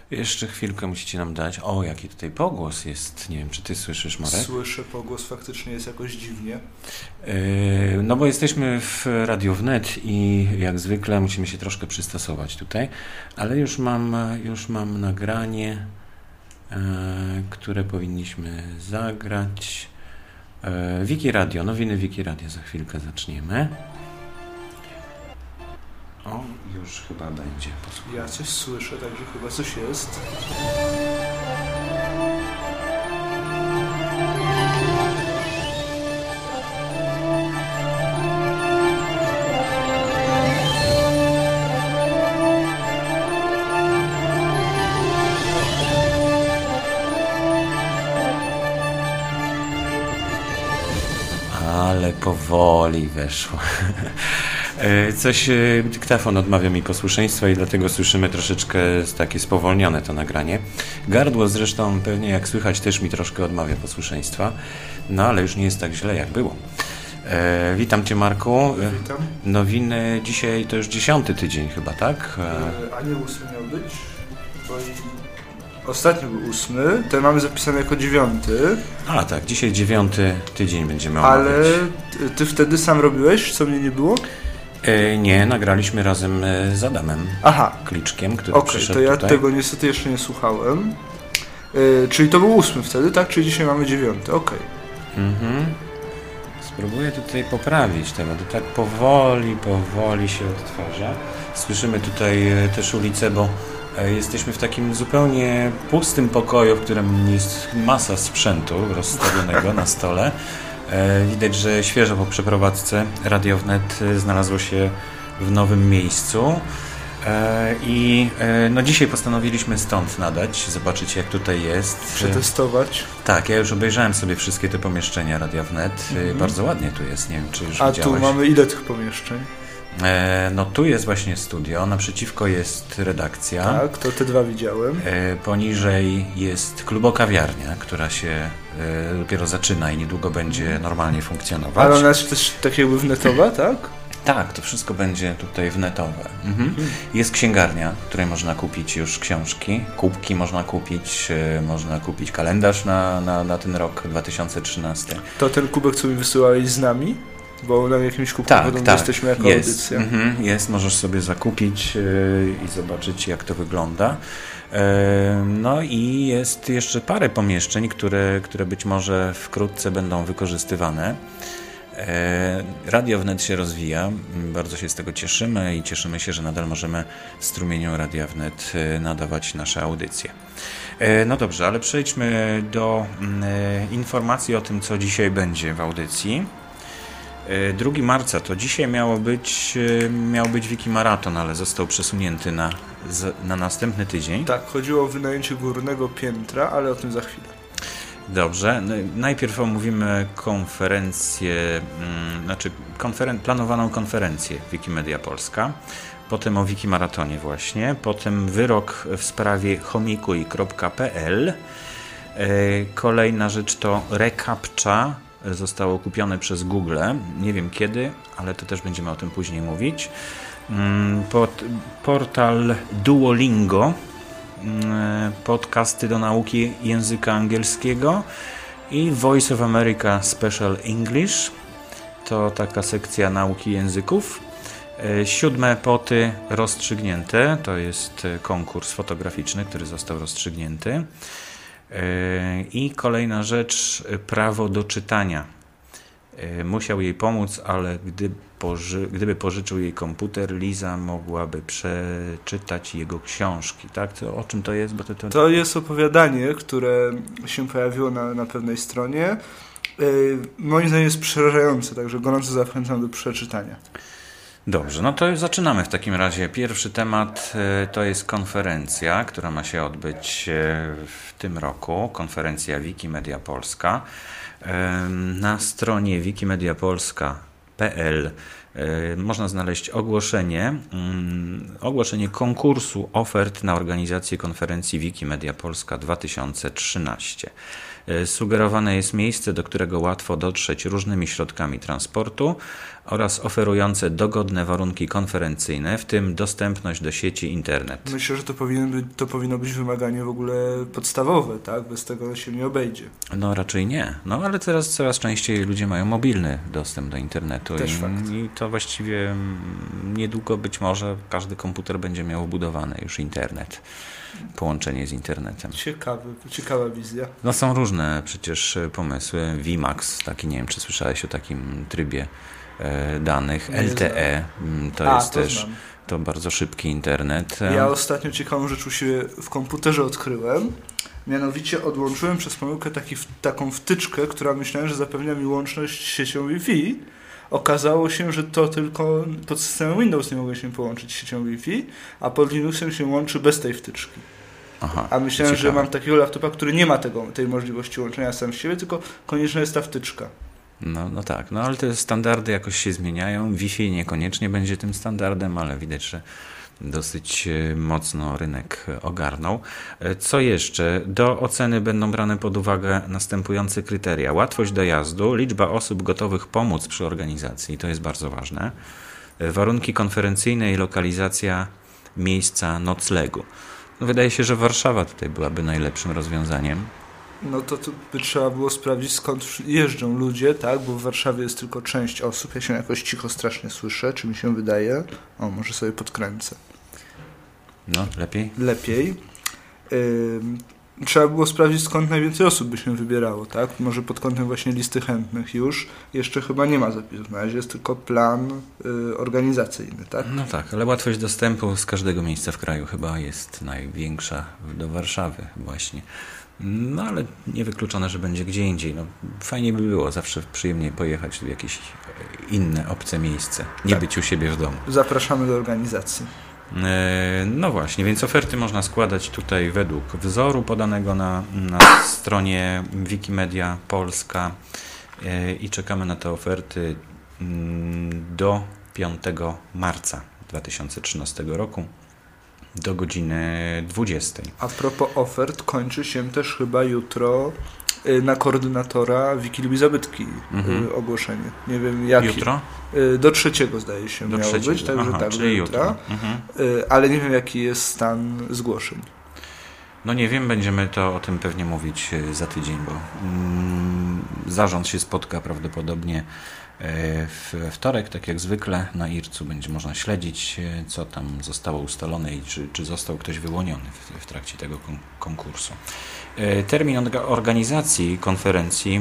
Jeszcze chwilkę musicie nam dać. O, jaki tutaj pogłos jest. Nie wiem, czy ty słyszysz, Marek? Słyszę pogłos, faktycznie jest jakoś dziwnie. No bo jesteśmy w Radiu Wnet i jak zwykle musimy się troszkę przystosować tutaj, ale już mam nagranie, które powinniśmy zagrać. Wiki Radio, nowiny Wiki Radio, za chwilkę zaczniemy. O, już chyba będzie. Posłuchaj. Ja coś słyszę, także chyba coś jest. Ale powoli weszło. Coś, dyktafon odmawia mi posłuszeństwa i dlatego słyszymy troszeczkę takie spowolnione to nagranie. Gardło zresztą pewnie jak słychać też mi troszkę odmawia posłuszeństwa, no ale już nie jest tak źle jak było. Witam Cię, Marku. Witam. Nowiny dzisiaj to już 10. tydzień chyba, tak? A nie 8 miał być? Bo ostatni był 8, ten mamy zapisany jako 9. A tak, dzisiaj 9. tydzień będziemy omawiać. Ale ty wtedy sam robiłeś, co mnie nie było? Nie, nagraliśmy razem z Adamem Kliczkiem, który przyszedł to ja tutaj. tego niestety jeszcze nie słuchałem. Czyli to był 8 wtedy, tak? Czyli dzisiaj mamy 9, okej. Spróbuję tutaj poprawić to, bo to tak powoli się odtwarza. Słyszymy tutaj też ulicę, bo jesteśmy w takim zupełnie pustym pokoju, w którym jest masa sprzętu rozstawionego na stole. Widać, że świeżo po przeprowadzce Radio Wnet znalazło się w nowym miejscu i no dzisiaj postanowiliśmy stąd nadać, zobaczyć jak tutaj jest. Przetestować. Tak, ja już obejrzałem sobie wszystkie te pomieszczenia Radia Wnet. Bardzo ładnie tu jest, nie wiem czy już widziałeś. A tu mamy ile tych pomieszczeń? No tu jest właśnie studio, naprzeciwko jest redakcja. Tak, to te dwa widziałem. Poniżej jest klubokawiarnia, która się dopiero zaczyna i niedługo będzie normalnie funkcjonować. Ale ona jest też tak jakby wnetowa, tak? Tak, to wszystko będzie tutaj wnetowe. Jest księgarnia, w której można kupić już książki, kubki można kupić kalendarz na ten rok 2013. To ten kubek, co mi wysyłałeś z nami? Bo na jakimś kubku jesteśmy jako audycja. Jest, możesz sobie zakupić i zobaczyć jak to wygląda. No i jest jeszcze parę pomieszczeń, które być może wkrótce będą wykorzystywane. Radio Wnet się rozwija, bardzo się z tego cieszymy i cieszymy się, że nadal możemy strumieniom Radia Wnet nadawać nasze audycje. No dobrze, ale przejdźmy do informacji o tym, co dzisiaj będzie w audycji. 2 marca to dzisiaj miał być Wiki Maraton, ale został przesunięty na następny tydzień. Tak, chodziło o wynajęcie górnego piętra, ale o tym za chwilę. Dobrze, najpierw omówimy planowaną konferencję Wikimedia Polska, potem o Wiki Maratonie właśnie, potem wyrok w sprawie homikuj.pl. Kolejna rzecz to reCAPTCHA. Zostało kupione przez Google. Nie wiem kiedy, ale to też będziemy o tym później mówić. Portal Duolingo. Podcasty do nauki języka angielskiego i Voice of America Special English. To taka sekcja nauki języków. 7 poty rozstrzygnięte. To jest konkurs fotograficzny, który został rozstrzygnięty. I kolejna rzecz, prawo do czytania. Musiał jej pomóc, ale gdyby pożyczył jej komputer, Liza mogłaby przeczytać jego książki. Tak? O czym to jest? To jest opowiadanie, które się pojawiło na pewnej stronie. Moim zdaniem jest przerażające, także gorąco zachęcam do przeczytania. Dobrze, no to zaczynamy w takim razie. Pierwszy temat to jest konferencja, która ma się odbyć w tym roku. Konferencja Wikimedia Polska. Na stronie wikimediapolska.pl można znaleźć ogłoszenie konkursu ofert na organizację konferencji Wikimedia Polska 2013. Sugerowane jest miejsce, do którego łatwo dotrzeć różnymi środkami transportu oraz oferujące dogodne warunki konferencyjne, w tym dostępność do sieci internet. Myślę, że to powinno być wymaganie w ogóle podstawowe, tak? Bez tego się nie obejdzie. No raczej nie. No ale teraz coraz częściej ludzie mają mobilny dostęp do internetu i to właściwie niedługo być może każdy komputer będzie miał wbudowany już internet. Połączenie z internetem. Ciekawa wizja. No są różne przecież pomysły. VMAX, taki, nie wiem, czy słyszałeś o takim trybie danych. LTE, to jest też to bardzo szybki internet. Ja ostatnio ciekawą rzecz u siebie w komputerze odkryłem. Mianowicie odłączyłem przez pomyłkę taką wtyczkę, która myślałem, że zapewnia mi łączność z siecią Wi-Fi. Okazało się, że to tylko pod systemem Windows nie mogę się połączyć z siecią Wi-Fi, a pod Linuxem się łączy bez tej wtyczki. Aha, a myślałem, że mam takiego laptopa, który nie ma tej możliwości łączenia sam z siebie, tylko konieczna jest ta wtyczka. No tak, no ale te standardy jakoś się zmieniają. Wi-Fi niekoniecznie będzie tym standardem, ale widać, że dosyć mocno rynek ogarnął. Co jeszcze? Do oceny będą brane pod uwagę następujące kryteria. Łatwość dojazdu, liczba osób gotowych pomóc przy organizacji, to jest bardzo ważne. Warunki konferencyjne i lokalizacja miejsca noclegu. No, wydaje się, że Warszawa tutaj byłaby najlepszym rozwiązaniem. No to by trzeba było sprawdzić, skąd jeżdżą ludzie, tak? Bo w Warszawie jest tylko część osób. Ja się jakoś cicho strasznie słyszę, czy mi się wydaje. O, może sobie podkręcę. No, lepiej? Lepiej. Trzeba było sprawdzić, skąd najwięcej osób by się wybierało, tak? Może pod kątem właśnie listy chętnych już. Jeszcze chyba nie ma zapisów. Na razie jest tylko plan organizacyjny, tak? No tak, ale łatwość dostępu z każdego miejsca w kraju chyba jest największa do Warszawy właśnie. No ale niewykluczone, że będzie gdzie indziej. No, fajnie by było zawsze przyjemnie pojechać w jakieś inne, obce miejsce. Nie być u siebie w domu. Zapraszamy do organizacji. No właśnie, więc oferty można składać tutaj według wzoru podanego na stronie Wikimedia Polska i czekamy na te oferty do 5 marca 2013 roku. Do godziny 20. A propos ofert, kończy się też chyba jutro na koordynatora Wikilibii Zabytki ogłoszenie. Nie wiem jaki. Jutro? Do 3 zdaje się miało być, także tak, czyli jutro. Ale nie wiem jaki jest stan zgłoszeń. No nie wiem, będziemy o tym pewnie mówić za tydzień, bo zarząd się spotka prawdopodobnie w wtorek, tak jak zwykle. Na IRC-u będzie można śledzić, co tam zostało ustalone i czy został ktoś wyłoniony w trakcie tego konkursu. Termin organizacji konferencji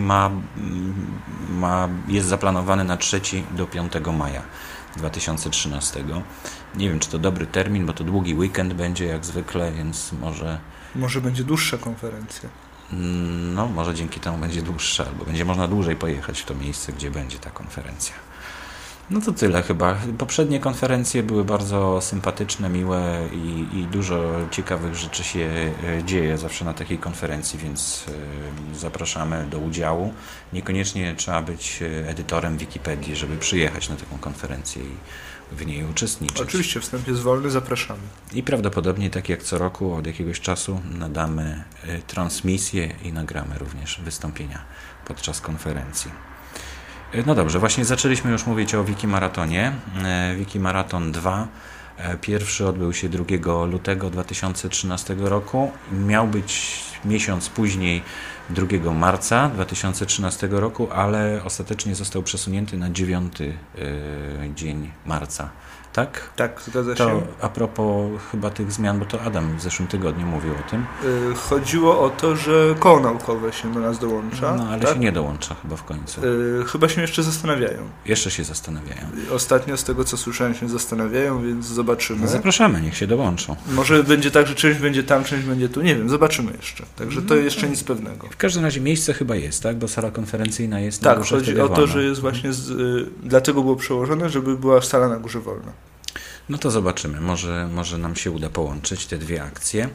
jest zaplanowany na 3 do 5 maja 2013. Nie wiem, czy to dobry termin, bo to długi weekend będzie jak zwykle, więc może będzie dłuższa konferencja. No, może dzięki temu będzie dłuższa, albo będzie można dłużej pojechać w to miejsce, gdzie będzie ta konferencja. No to tyle chyba. Poprzednie konferencje były bardzo sympatyczne, miłe i dużo ciekawych rzeczy się dzieje zawsze na takiej konferencji, więc zapraszamy do udziału. Niekoniecznie trzeba być edytorem Wikipedii, żeby przyjechać na taką konferencję i w niej uczestniczyć. Oczywiście, wstęp jest wolny, zapraszamy. I prawdopodobnie, tak jak co roku, od jakiegoś czasu nadamy transmisję i nagramy również wystąpienia podczas konferencji. No dobrze, właśnie zaczęliśmy już mówić o Wikimaratonie. Wikimaraton 2. Pierwszy odbył się 2 lutego 2013 roku. Miał być miesiąc później, 2 marca 2013 roku, ale ostatecznie został przesunięty na 9 dzień marca. Tak? Tak, zgadza się. To a propos chyba tych zmian, bo to Adam w zeszłym tygodniu mówił o tym. Chodziło o to, że koło naukowe się do nas dołącza. No ale tak? Się nie dołącza chyba w końcu. Chyba się jeszcze zastanawiają. Jeszcze się zastanawiają. Ostatnio z tego, co słyszałem, się zastanawiają, więc zobaczymy. No zapraszamy, niech się dołączą. Może będzie tak, że część będzie tam, część będzie tu. Nie wiem, zobaczymy jeszcze. Także to jeszcze nic pewnego. W każdym razie miejsce chyba jest, tak? Bo sala konferencyjna jest tak, na górze. Tak, chodzi o to, że jest właśnie dlatego było przełożone, żeby była sala na górze wolna. No to zobaczymy. Może nam się uda połączyć te dwie akcje.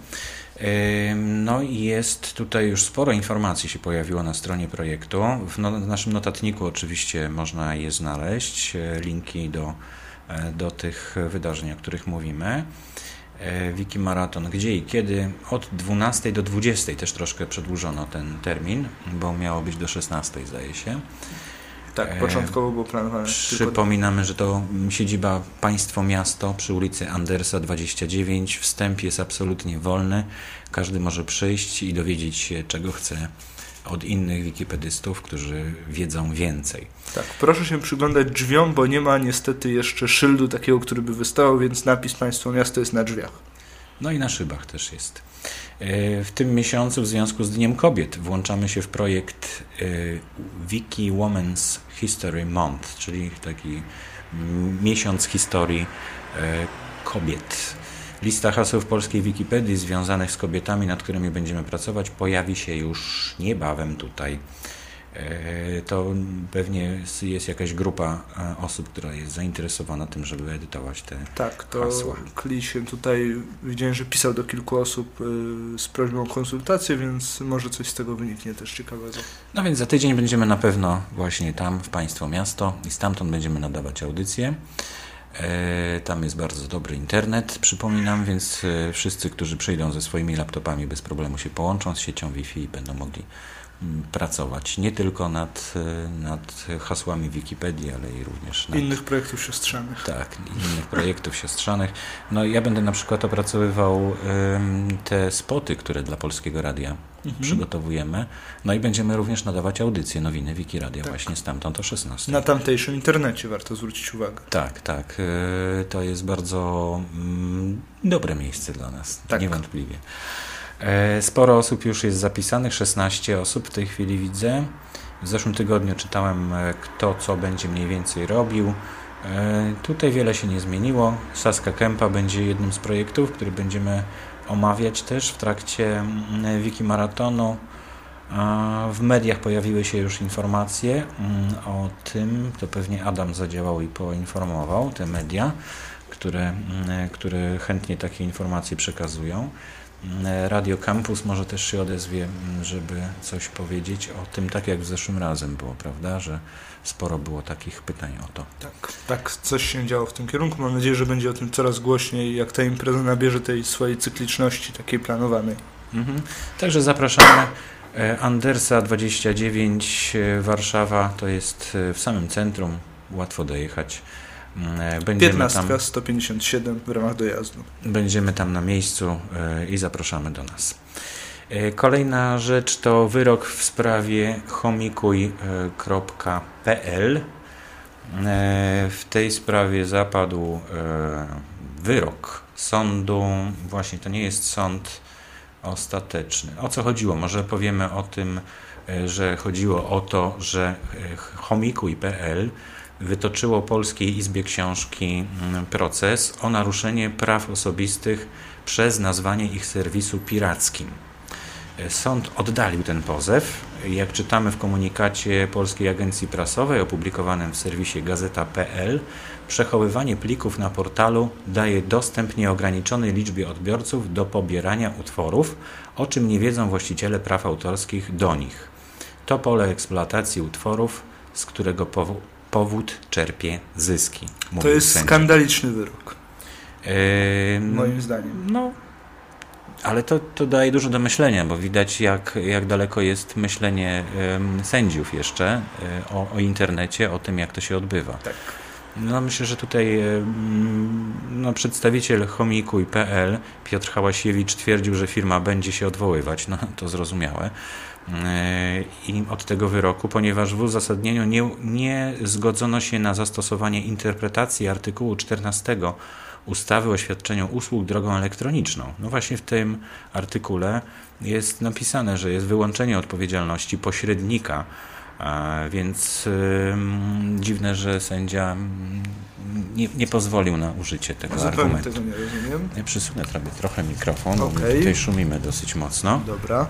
No i jest tutaj już sporo informacji się pojawiło na stronie projektu. W naszym notatniku oczywiście można je znaleźć. Linki do tych wydarzeń, o których mówimy. Wikimaraton gdzie i kiedy? Od 12 do 20 też troszkę przedłużono ten termin, bo miało być do 16, zdaje się. Tak, początkowo było planowane. Przypominamy, że to siedziba Państwo Miasto przy ulicy Andersa 29. Wstęp jest absolutnie wolny. Każdy może przyjść i dowiedzieć się, czego chce od innych wikipedystów, którzy wiedzą więcej. Tak, proszę się przyglądać drzwiom, bo nie ma niestety jeszcze szyldu takiego, który by wystawał, więc napis Państwo Miasto jest na drzwiach. No i na szybach też jest. W tym miesiącu w związku z Dniem Kobiet włączamy się w projekt Wiki Women's History Month, czyli taki miesiąc historii kobiet. Lista haseł w polskiej Wikipedii związanych z kobietami, nad którymi będziemy pracować, pojawi się już niebawem tutaj. To pewnie jest jakaś grupa osób, która jest zainteresowana tym, żeby edytować te tak, to hasła. Klisień tutaj widziałem, że pisał do kilku osób z prośbą o konsultację, więc może coś z tego wyniknie też ciekawego. No więc za tydzień będziemy na pewno właśnie tam w Państwo Miasto i stamtąd będziemy nadawać audycje. Tam jest bardzo dobry internet, przypominam, więc wszyscy, którzy przyjdą ze swoimi laptopami, bez problemu się połączą z siecią Wi-Fi i będą mogli pracować nie tylko nad hasłami Wikipedii, ale i również nad innych projektów siostrzanych. Tak, innych projektów siostrzanych. No ja będę na przykład opracowywał te spoty, które dla Polskiego Radia przygotowujemy. No i będziemy również nadawać audycje, nowiny Wikiradia właśnie stamtąd o 16. Na tamtejszym internecie warto zwrócić uwagę. Tak. To jest bardzo dobre miejsce dla nas, niewątpliwie. Sporo osób już jest zapisanych, 16 osób w tej chwili widzę. W zeszłym tygodniu czytałem, kto co będzie mniej więcej robił. Tutaj wiele się nie zmieniło. Saska Kępa będzie jednym z projektów, który będziemy omawiać też w trakcie Wikimaratonu. W mediach pojawiły się już informacje o tym, to pewnie Adam zadziałał i poinformował te media, które chętnie takie informacje przekazują. Radio Campus może też się odezwie, żeby coś powiedzieć o tym, tak jak w zeszłym razem było, prawda, że sporo było takich pytań o to. Tak, coś się działo w tym kierunku. Mam nadzieję, że będzie o tym coraz głośniej, jak ta impreza nabierze tej swojej cykliczności, takiej planowanej. Także zapraszamy. Andersa 29, Warszawa, to jest w samym centrum, łatwo dojechać. 15, 157 w ramach dojazdu. Będziemy tam na miejscu i zapraszamy do nas. Kolejna rzecz to wyrok w sprawie chomikuj.pl. W tej sprawie zapadł wyrok sądu. Właśnie to nie jest sąd ostateczny. O co chodziło? Może powiemy o tym, że chodziło o to, że chomikuj.pl wytoczyło Polskiej Izbie Książki proces o naruszenie praw osobistych przez nazwanie ich serwisu pirackim. Sąd oddalił ten pozew. Jak czytamy w komunikacie Polskiej Agencji Prasowej opublikowanym w serwisie gazeta.pl, przechowywanie plików na portalu daje dostęp nieograniczonej liczbie odbiorców do pobierania utworów, o czym nie wiedzą właściciele praw autorskich do nich. To pole eksploatacji utworów, z którego powód czerpie zyski. To jest sędzia. Skandaliczny wyrok. Moim zdaniem. No, ale to daje dużo do myślenia, bo widać jak daleko jest myślenie sędziów jeszcze o internecie, o tym jak to się odbywa. Tak. No myślę, że tutaj przedstawiciel chomikuj.pl Piotr Hałasiewicz twierdził, że firma będzie się odwoływać. No to zrozumiałe. I od tego wyroku, ponieważ w uzasadnieniu nie zgodzono się na zastosowanie interpretacji artykułu 14 ustawy o świadczeniu usług drogą elektroniczną. No właśnie w tym artykule jest napisane, że jest wyłączenie odpowiedzialności pośrednika, więc dziwne, że sędzia nie pozwolił na użycie tego argumentu. Tego nie rozumiem. Ja przysunę trochę mikrofon, bo my tutaj szumimy dosyć mocno. Dobra.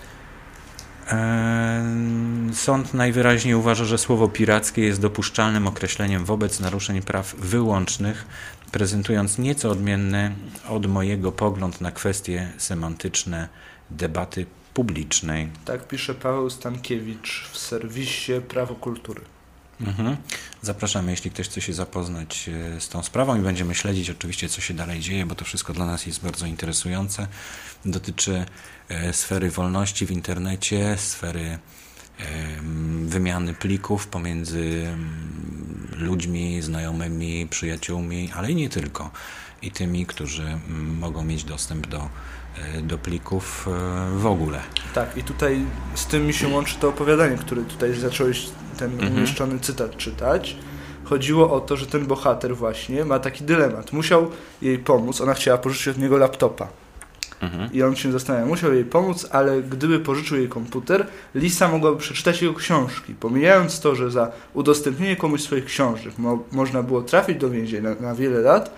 Sąd najwyraźniej uważa, że słowo pirackie jest dopuszczalnym określeniem wobec naruszeń praw wyłącznych, prezentując nieco odmienny od mojego pogląd na kwestie semantyczne debaty publicznej. Tak pisze Paweł Stankiewicz w serwisie Prawo Kultury. Zapraszamy, jeśli ktoś chce się zapoznać z tą sprawą i będziemy śledzić oczywiście, co się dalej dzieje, bo to wszystko dla nas jest bardzo interesujące. Dotyczy sfery wolności w internecie, sfery wymiany plików pomiędzy ludźmi, znajomymi, przyjaciółmi, ale i nie tylko. I tymi, którzy mogą mieć dostęp do plików w ogóle. Tak, i tutaj z tym mi się łączy to opowiadanie, które tutaj zacząłeś ten umieszczony cytat czytać. Chodziło o to, że ten bohater właśnie ma taki dylemat. Musiał jej pomóc, ona chciała pożyczyć od niego laptopa. I on się zastanawia, musiał jej pomóc, ale gdyby pożyczył jej komputer, Lisa mogłaby przeczytać jego książki. Pomijając to, że za udostępnienie komuś swoich książek można było trafić do więzienia na wiele lat,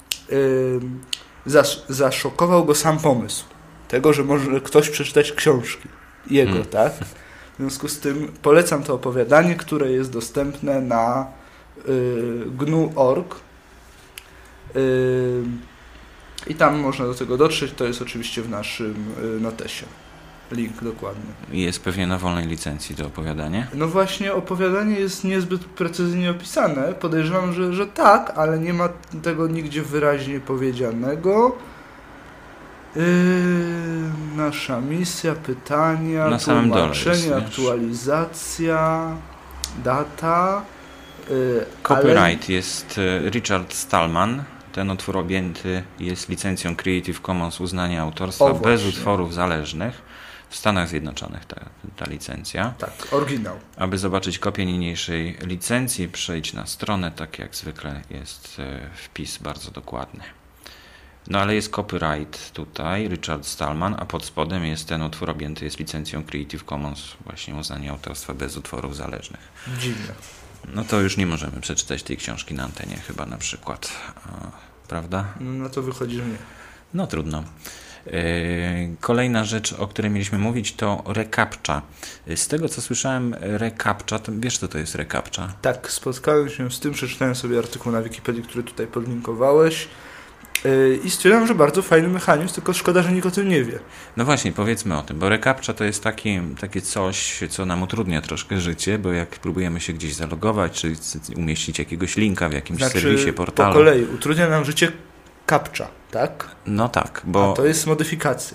zaszokował go sam pomysł tego, że może ktoś przeczytać książki. Jego, tak? W związku z tym polecam to opowiadanie, które jest dostępne na GNU.org. I tam można do tego dotrzeć. To jest oczywiście w naszym notesie. Link dokładny. Jest pewnie na wolnej licencji to opowiadanie? No właśnie, opowiadanie jest niezbyt precyzyjnie opisane. Podejrzewam, że tak, ale nie ma tego nigdzie wyraźnie powiedzianego. Nasza misja, pytania, na samym dole jest, aktualizacja, data. Copyright jest Richard Stallman. Ten utwór objęty jest licencją Creative Commons uznania autorstwa bez utworów zależnych. W Stanach Zjednoczonych ta licencja. Tak, oryginał. Aby zobaczyć kopię niniejszej licencji, przejdź na stronę, tak jak zwykle jest wpis bardzo dokładny. No ale jest copyright tutaj, Richard Stallman, a pod spodem jest ten utwór objęty jest licencją Creative Commons, właśnie uznania autorstwa bez utworów zależnych. Dziwne. No to już nie możemy przeczytać tej książki na antenie chyba na przykład, prawda? No to wychodzi, że nie. No trudno. Kolejna rzecz, o której mieliśmy mówić, to reCAPTCHA. Z tego co słyszałem, reCAPTCHA, to wiesz co to jest reCAPTCHA? Tak, spotkałem się z tym, przeczytałem sobie artykuł na Wikipedii, który tutaj podlinkowałeś i stwierdzam, że bardzo fajny mechanizm, tylko szkoda, że nikt o tym nie wie. No właśnie, powiedzmy o tym, bo reCAPTCHA to jest takie coś, co nam utrudnia troszkę życie, bo jak próbujemy się gdzieś zalogować, czy umieścić jakiegoś linka w jakimś serwisie, portalu. Po kolei, utrudnia nam życie CAPTCHA, tak? No tak, bo... A to jest modyfikacja.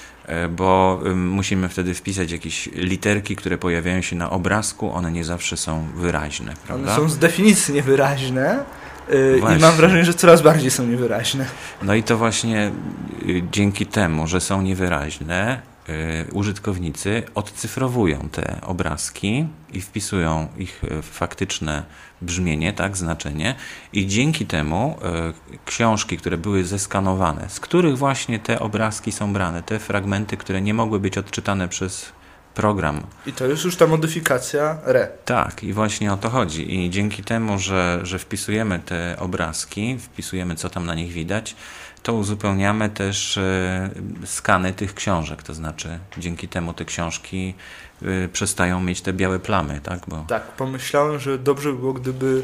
Bo musimy wtedy wpisać jakieś literki, które pojawiają się na obrazku, one nie zawsze są wyraźne, prawda? One są z definicji niewyraźne i mam wrażenie, że coraz bardziej są niewyraźne. No i to właśnie dzięki temu, że są niewyraźne, użytkownicy odcyfrowują te obrazki i wpisują ich faktyczne brzmienie, tak, znaczenie, i dzięki temu książki, które były zeskanowane, z których właśnie te obrazki są brane, te fragmenty, które nie mogły być odczytane przez program. I to jest już ta modyfikacja RE. Tak, i właśnie o to chodzi. I dzięki temu, że wpisujemy te obrazki, wpisujemy, co tam na nich widać, to uzupełniamy też skany tych książek. To znaczy, dzięki temu te książki przestają mieć te białe plamy, tak? Tak, pomyślałem, że dobrze by było, gdyby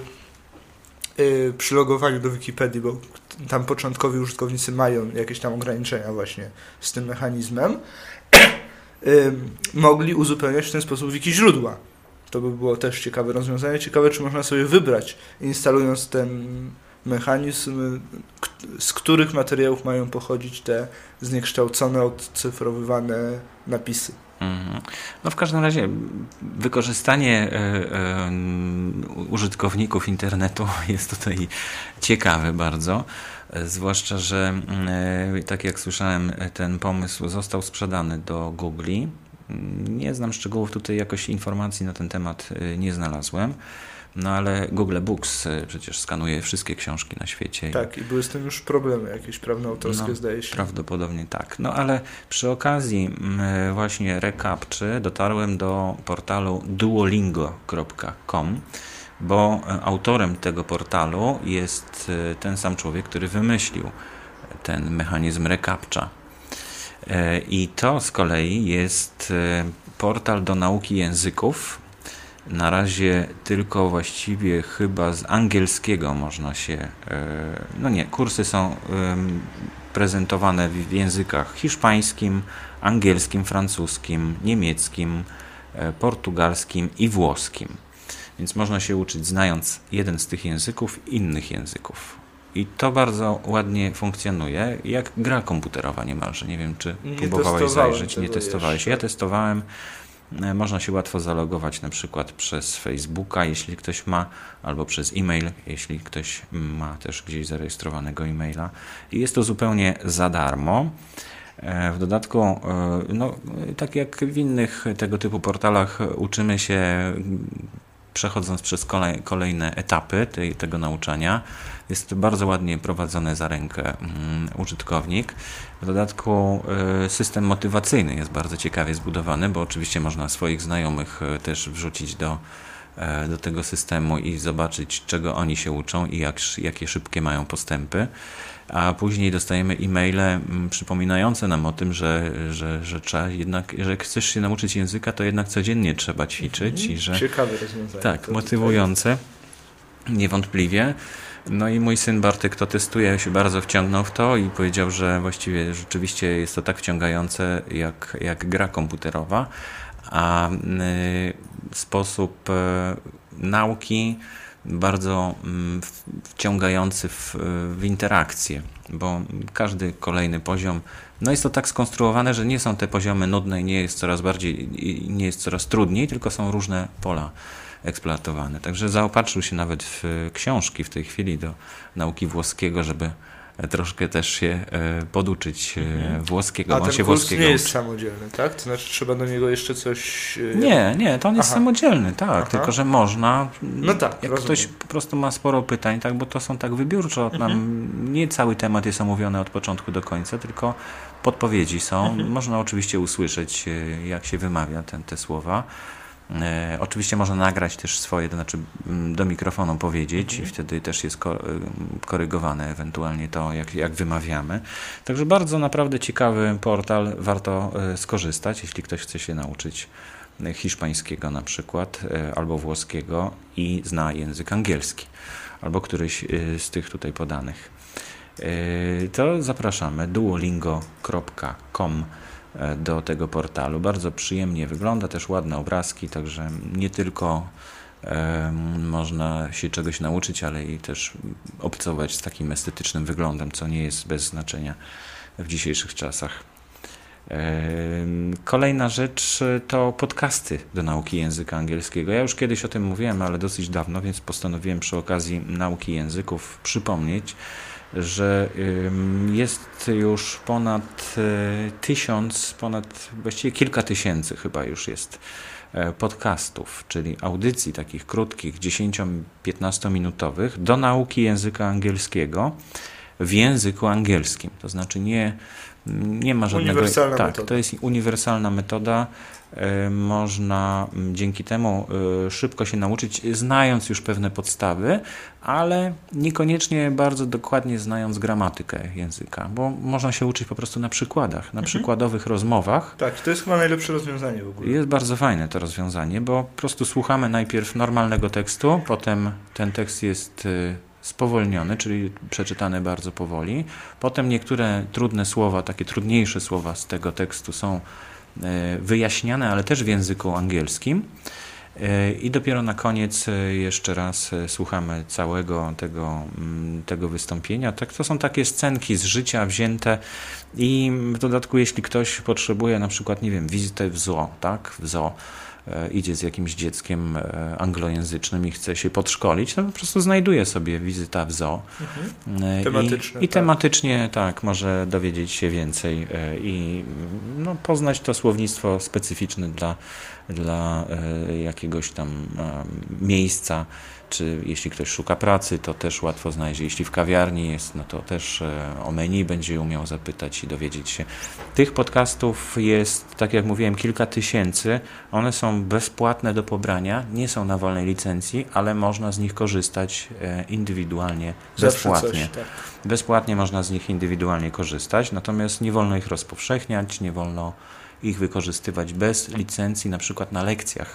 przy logowaniu do Wikipedii, bo tam początkowi użytkownicy mają jakieś tam ograniczenia właśnie z tym mechanizmem, mogli uzupełniać w ten sposób wiki źródła. To by było też ciekawe rozwiązanie. Ciekawe, czy można sobie wybrać, instalując ten mechanizm, z których materiałów mają pochodzić te zniekształcone, odcyfrowywane napisy. No w każdym razie wykorzystanie użytkowników internetu jest tutaj ciekawe bardzo, zwłaszcza, że tak jak słyszałem, ten pomysł został sprzedany do Google. Nie znam szczegółów, tutaj jakoś informacji na ten temat nie znalazłem. No ale Google Books przecież skanuje wszystkie książki na świecie. Tak, i były z tym już problemy jakieś prawnoautorskie, zdaje się. Prawdopodobnie tak. No ale przy okazji właśnie reCAPTCHY dotarłem do portalu duolingo.com, bo autorem tego portalu jest ten sam człowiek, który wymyślił ten mechanizm reCAPTCHA. I to z kolei jest portal do nauki języków. Na razie tylko właściwie chyba z angielskiego można się... No nie, kursy są prezentowane w językach hiszpańskim, angielskim, francuskim, niemieckim, portugalskim i włoskim. Więc można się uczyć, znając jeden z tych języków, innych języków. I to bardzo ładnie funkcjonuje, jak gra komputerowa niemalże. Nie wiem, czy próbowałeś zajrzeć, nie testowałeś. Ja testowałem. Można się łatwo zalogować na przykład przez Facebooka, jeśli ktoś ma, albo przez e-mail, jeśli ktoś ma też gdzieś zarejestrowanego e-maila. I jest to zupełnie za darmo. W dodatku, tak jak w innych tego typu portalach, uczymy się przechodząc przez kolejne etapy tego nauczania. Jest to bardzo ładnie prowadzone za rękę użytkownik. W dodatku system motywacyjny jest bardzo ciekawie zbudowany, bo oczywiście można swoich znajomych też wrzucić do tego systemu i zobaczyć, czego oni się uczą i jakie szybkie mają postępy. A później dostajemy e-maile przypominające nam o tym, że trzeba jednak, że jak chcesz się nauczyć języka, to jednak codziennie trzeba ćwiczyć. I że, ciekawe rozwiązanie. Tak, motywujące, niewątpliwie. No i mój syn Bartek to testuje, się bardzo wciągnął w to i powiedział, że właściwie rzeczywiście jest to tak wciągające jak gra komputerowa, a sposób nauki bardzo wciągający w interakcję, bo każdy kolejny poziom, jest to tak skonstruowane, że nie są te poziomy nudne i nie jest coraz trudniej, tylko są różne pola eksploatowane. Także zaopatrzył się nawet w książki w tej chwili do nauki włoskiego, żeby troszkę też się poduczyć włoskiego. A ten kurs nie jest samodzielny, tak? To znaczy trzeba do niego jeszcze coś... Nie, to on jest samodzielny, tak, tylko że można, jak rozumiem. Ktoś po prostu ma sporo pytań, tak, bo to są tak wybiórczo, nie cały temat jest omówiony od początku do końca, tylko podpowiedzi są. Można oczywiście usłyszeć, jak się wymawia te słowa. Oczywiście można nagrać też swoje, to znaczy do mikrofonu powiedzieć i wtedy też jest korygowane ewentualnie to, jak wymawiamy. Także bardzo naprawdę ciekawy portal, warto skorzystać, jeśli ktoś chce się nauczyć hiszpańskiego na przykład, albo włoskiego i zna język angielski, albo któryś z tych tutaj podanych. To zapraszamy duolingo.com do tego portalu. Bardzo przyjemnie wygląda, też ładne obrazki, także nie tylko można się czegoś nauczyć, ale i też obcować z takim estetycznym wyglądem, co nie jest bez znaczenia w dzisiejszych czasach. Kolejna rzecz to podcasty do nauki języka angielskiego. Ja już kiedyś o tym mówiłem, ale dosyć dawno, więc postanowiłem przy okazji nauki języków przypomnieć, że jest już ponad 1000, właściwie kilka tysięcy chyba już jest podcastów, czyli audycji takich krótkich, 10-15 minutowych do nauki języka angielskiego w języku angielskim. To znaczy nie ma żadnego... Uniwersalna metoda. To jest uniwersalna metoda. Można dzięki temu szybko się nauczyć, znając już pewne podstawy, ale niekoniecznie bardzo dokładnie znając gramatykę języka, bo można się uczyć po prostu na przykładach, na przykładowych rozmowach. Tak, to jest chyba najlepsze rozwiązanie w ogóle. Jest bardzo fajne to rozwiązanie, bo po prostu słuchamy najpierw normalnego tekstu, potem ten tekst jest spowolniony, czyli przeczytany bardzo powoli. Potem niektóre trudne słowa, takie trudniejsze słowa z tego tekstu są wyjaśniane, ale też w języku angielskim. I dopiero na koniec jeszcze raz słuchamy całego tego wystąpienia. To są takie scenki z życia wzięte i w dodatku, jeśli ktoś potrzebuje na przykład, wizytę w zoo, tak? W zoo idzie z jakimś dzieckiem anglojęzycznym i chce się podszkolić, to po prostu znajduje sobie wizyta w zoo. I tematycznie tak, może dowiedzieć się więcej i poznać to słownictwo specyficzne dla jakiegoś tam miejsca, czy jeśli ktoś szuka pracy, to też łatwo znajdzie. Jeśli w kawiarni jest, to też o menu będzie umiał zapytać i dowiedzieć się. Tych podcastów jest, tak jak mówiłem, kilka tysięcy. One są bezpłatne do pobrania, nie są na wolnej licencji, ale można z nich korzystać indywidualnie, bezpłatnie. Bezpłatnie można z nich indywidualnie korzystać, natomiast nie wolno ich rozpowszechniać, nie wolno ich wykorzystywać bez licencji, na przykład na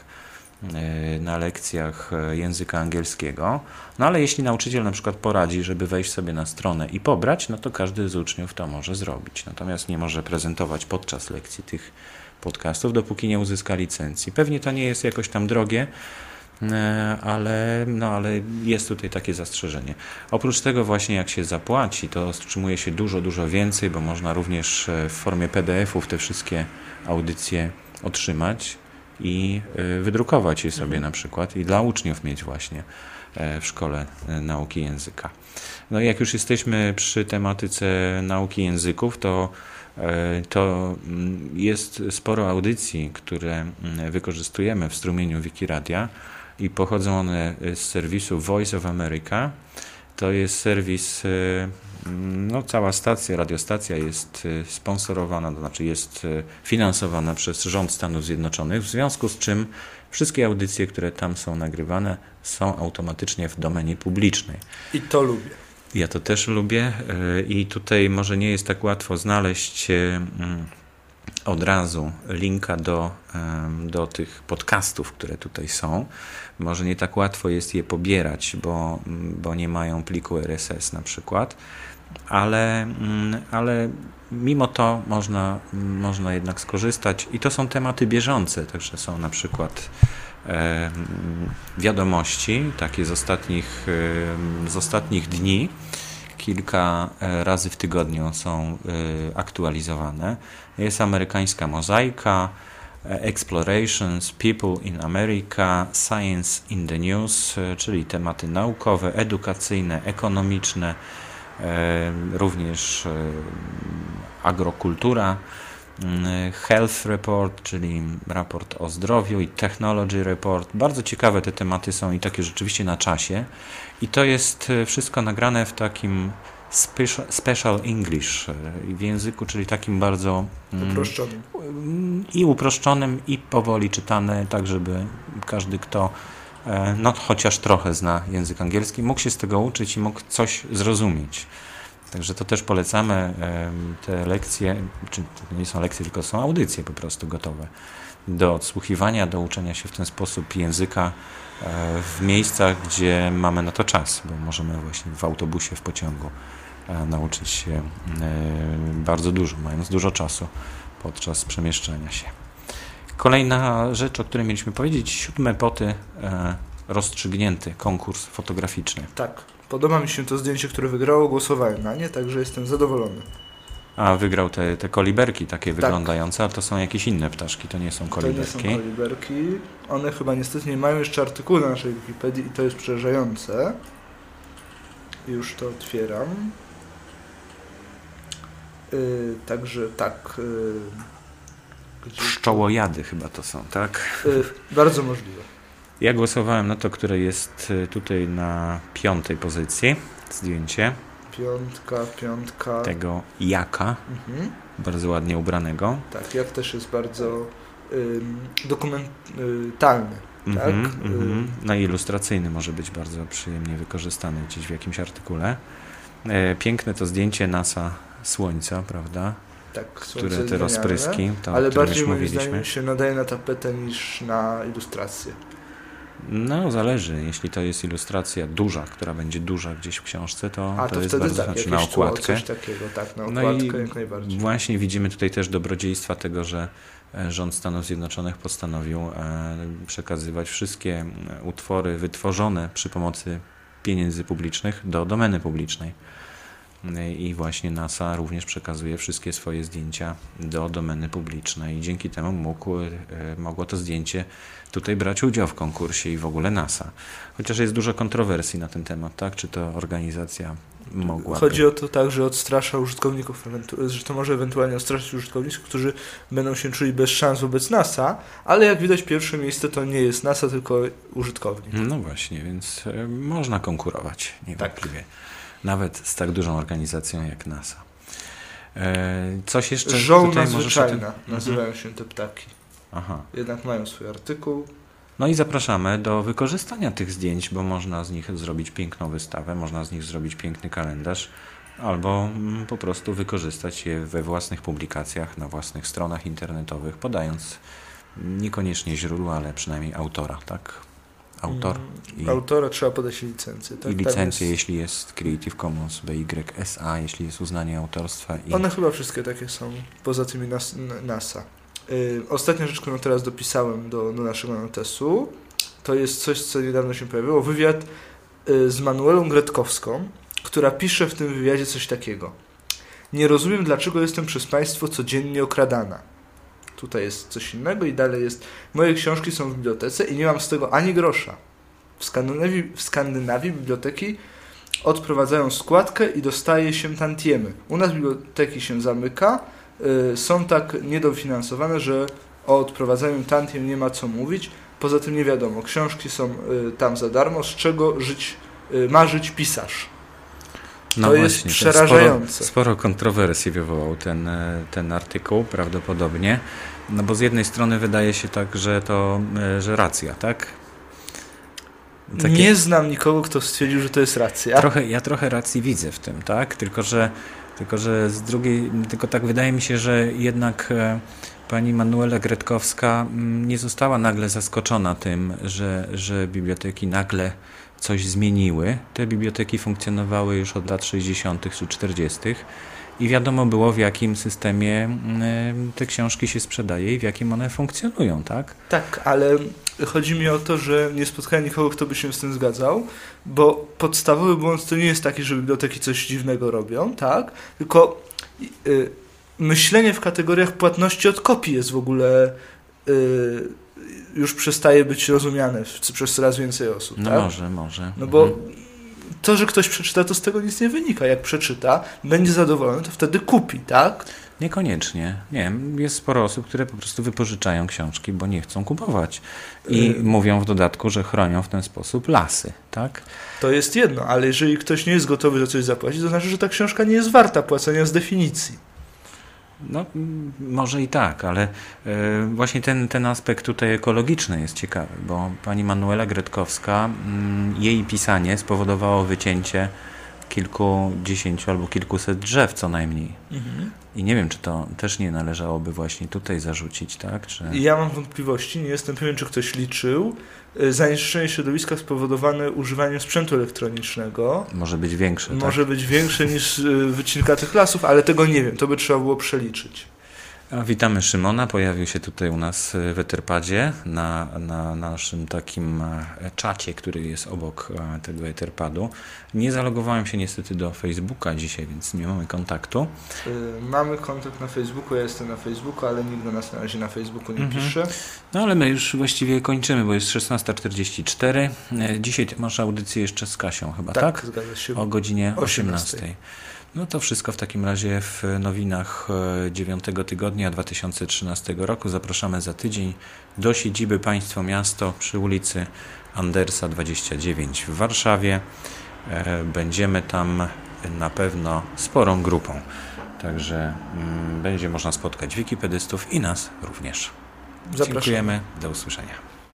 lekcjach języka angielskiego. Ale jeśli nauczyciel na przykład poradzi, żeby wejść sobie na stronę i pobrać, to każdy z uczniów to może zrobić. Natomiast nie może prezentować podczas lekcji tych podcastów, dopóki nie uzyska licencji. Pewnie to nie jest jakoś tam drogie, ale jest tutaj takie zastrzeżenie. Oprócz tego właśnie jak się zapłaci, to otrzymuje się dużo więcej, bo można również w formie PDF-ów te wszystkie audycje otrzymać. i wydrukować je sobie na przykład i dla uczniów mieć właśnie w szkole nauki języka. No i jak już jesteśmy przy tematyce nauki języków, to jest sporo audycji, które wykorzystujemy w strumieniu Wikiradia i pochodzą one z serwisu Voice of America. To jest serwis, cała stacja, radiostacja jest sponsorowana, to znaczy jest finansowana przez rząd Stanów Zjednoczonych, w związku z czym wszystkie audycje, które tam są nagrywane, są automatycznie w domenie publicznej. I to lubię. Ja to też lubię i tutaj może nie jest tak łatwo znaleźć od razu linka do tych podcastów, które tutaj są. Może nie tak łatwo jest je pobierać, bo nie mają pliku RSS na przykład, ale mimo to można jednak skorzystać i to są tematy bieżące, także są na przykład wiadomości, takie z ostatnich dni, kilka razy w tygodniu są aktualizowane. Jest amerykańska mozaika, Explorations, People in America, Science in the News, czyli tematy naukowe, edukacyjne, ekonomiczne, również agrokultura, Health Report, czyli raport o zdrowiu i Technology Report. Bardzo ciekawe te tematy są i takie rzeczywiście na czasie. I to jest wszystko nagrane w takim special English w języku, czyli takim bardzo uproszczonym i powoli czytane, tak żeby każdy, kto chociaż trochę zna język angielski, mógł się z tego uczyć i mógł coś zrozumieć. Także to też polecamy, te lekcje, czy to nie są lekcje, tylko są audycje po prostu gotowe do odsłuchiwania, do uczenia się w ten sposób języka w miejscach, gdzie mamy na to czas, bo możemy właśnie w autobusie, w pociągu nauczyć się bardzo dużo, mając dużo czasu podczas przemieszczania się. Kolejna rzecz, o której mieliśmy powiedzieć, 7 poty, rozstrzygnięty konkurs fotograficzny. Tak, podoba mi się to zdjęcie, które wygrało, głosowałem na nie, także jestem zadowolony. A wygrał te koliberki takie wyglądające, a to są jakieś inne ptaszki, to nie są koliberki. To nie są koliberki, one chyba niestety nie mają jeszcze artykułu na naszej Wikipedii i to jest przerażające. Już to otwieram. Także tak. Pszczołojady chyba to są, tak? Bardzo możliwe. Ja głosowałem na to, które jest tutaj na 5. pozycji, zdjęcie. Piątka. Tego jaka, bardzo ładnie ubranego. Tak, jak też jest bardzo dokumentalny. Tak? No i ilustracyjny może być bardzo przyjemnie wykorzystany gdzieś w jakimś artykule. Piękne to zdjęcie NASA Słońca, prawda? Tak, które te rozpryski, ale bardziej moim zdaniem się nadaje na tapetę niż na ilustrację. No, zależy. Jeśli to jest ilustracja duża, która będzie duża gdzieś w książce, to jest bardzo tak, na okładkę. Coś takiego, tak, na okładkę jak najbardziej. Właśnie widzimy tutaj też dobrodziejstwa tego, że rząd Stanów Zjednoczonych postanowił przekazywać wszystkie utwory wytworzone przy pomocy pieniędzy publicznych do domeny publicznej. I właśnie NASA również przekazuje wszystkie swoje zdjęcia do domeny publicznej i dzięki temu mogło to zdjęcie tutaj brać udział w konkursie i w ogóle NASA. Chociaż jest dużo kontrowersji na ten temat, tak? Czy to organizacja mogłaby... Chodzi o to tak, że odstrasza użytkowników, że to może ewentualnie odstraszyć użytkowników, którzy będą się czuli bez szans wobec NASA, ale jak widać pierwsze miejsce to nie jest NASA, tylko użytkownik. No właśnie, więc można konkurować niewątpliwie. Tak. Nawet z tak dużą organizacją jak NASA. Coś jeszcze... Żoł nadzwyczajna nazywają się te ptaki. Aha. Jednak mają swój artykuł. No i zapraszamy do wykorzystania tych zdjęć, bo można z nich zrobić piękną wystawę, można z nich zrobić piękny kalendarz, albo po prostu wykorzystać je we własnych publikacjach, na własnych stronach internetowych, podając niekoniecznie źródła, ale przynajmniej autora, tak? Autora trzeba podać licencję. Tak? I licencję, jeśli jest Creative Commons BYSA, jeśli jest uznanie autorstwa. One chyba wszystkie takie są, poza tymi NASA. Ostatnia rzecz, którą teraz dopisałem do naszego notesu, to jest coś, co niedawno się pojawiło. Wywiad z Manuelą Gretkowską, która pisze w tym wywiadzie coś takiego. Nie rozumiem, dlaczego jestem przez państwo codziennie okradana. Tutaj jest coś innego i dalej jest, moje książki są w bibliotece i nie mam z tego ani grosza. W Skandynawii biblioteki odprowadzają składkę i dostaje się tantiemy. U nas biblioteki się zamyka, są tak niedofinansowane, że o odprowadzaniu tantiem nie ma co mówić. Poza tym nie wiadomo, książki są tam za darmo, z czego ma żyć pisarz. No to jest przerażające. Sporo kontrowersji wywołał ten artykuł prawdopodobnie, no bo z jednej strony wydaje się tak, że racja, tak? Nie znam nikogo, kto stwierdził, że to jest racja. Ja trochę racji widzę w tym, tak? Tylko że z drugiej, tylko tak wydaje mi się, że jednak pani Manuela Gretkowska nie została nagle zaskoczona tym, że biblioteki nagle coś zmieniły. Te biblioteki funkcjonowały już od lat 60. czy 40. i wiadomo było, w jakim systemie te książki się sprzedaje i w jakim one funkcjonują, tak? Tak, ale chodzi mi o to, że nie spotkałem nikogo, kto by się z tym zgadzał, bo podstawowy błąd to nie jest taki, że biblioteki coś dziwnego robią, tak? Tylko myślenie w kategoriach płatności od kopii jest w ogóle już przestaje być rozumiane przez coraz więcej osób. No tak? może. No bo to, że ktoś przeczyta, to z tego nic nie wynika. Jak przeczyta, będzie zadowolony, to wtedy kupi, tak? Niekoniecznie. Nie, jest sporo osób, które po prostu wypożyczają książki, bo nie chcą kupować. I mówią w dodatku, że chronią w ten sposób lasy, tak? To jest jedno, ale jeżeli ktoś nie jest gotowy za coś zapłacić, to znaczy, że ta książka nie jest warta płacenia z definicji. No, może i tak, ale właśnie ten aspekt tutaj ekologiczny jest ciekawy, bo pani Manuela Gretkowska, jej pisanie spowodowało wycięcie kilkudziesięciu albo kilkuset drzew co najmniej. Mhm. I nie wiem, czy to też nie należałoby właśnie tutaj zarzucić, tak? Ja mam wątpliwości, nie jestem pewien, czy ktoś liczył. Zanieczyszczenie środowiska spowodowane używaniem sprzętu elektronicznego może być większe. Może być większe niż wycinka tych lasów, ale tego nie wiem, to by trzeba było przeliczyć. Witamy Szymona, pojawił się tutaj u nas w Etherpadzie na naszym takim czacie, który jest obok tego Etherpadu. Nie zalogowałem się niestety do Facebooka dzisiaj, więc nie mamy kontaktu. Mamy kontakt na Facebooku, ja jestem na Facebooku, ale nikt do nas na razie na Facebooku nie pisze. No ale my już właściwie kończymy, bo jest 16:44. Dzisiaj masz audycję jeszcze z Kasią chyba, tak? Zgadza się. O godzinie 18:00. No to wszystko w takim razie w nowinach 9 tygodnia 2013 roku. Zapraszamy za tydzień do siedziby Państwo Miasto przy ulicy Andersa 29 w Warszawie. Będziemy tam na pewno sporą grupą. Także będzie można spotkać wikipedystów i nas również. Zapraszamy. Dziękujemy. Do usłyszenia.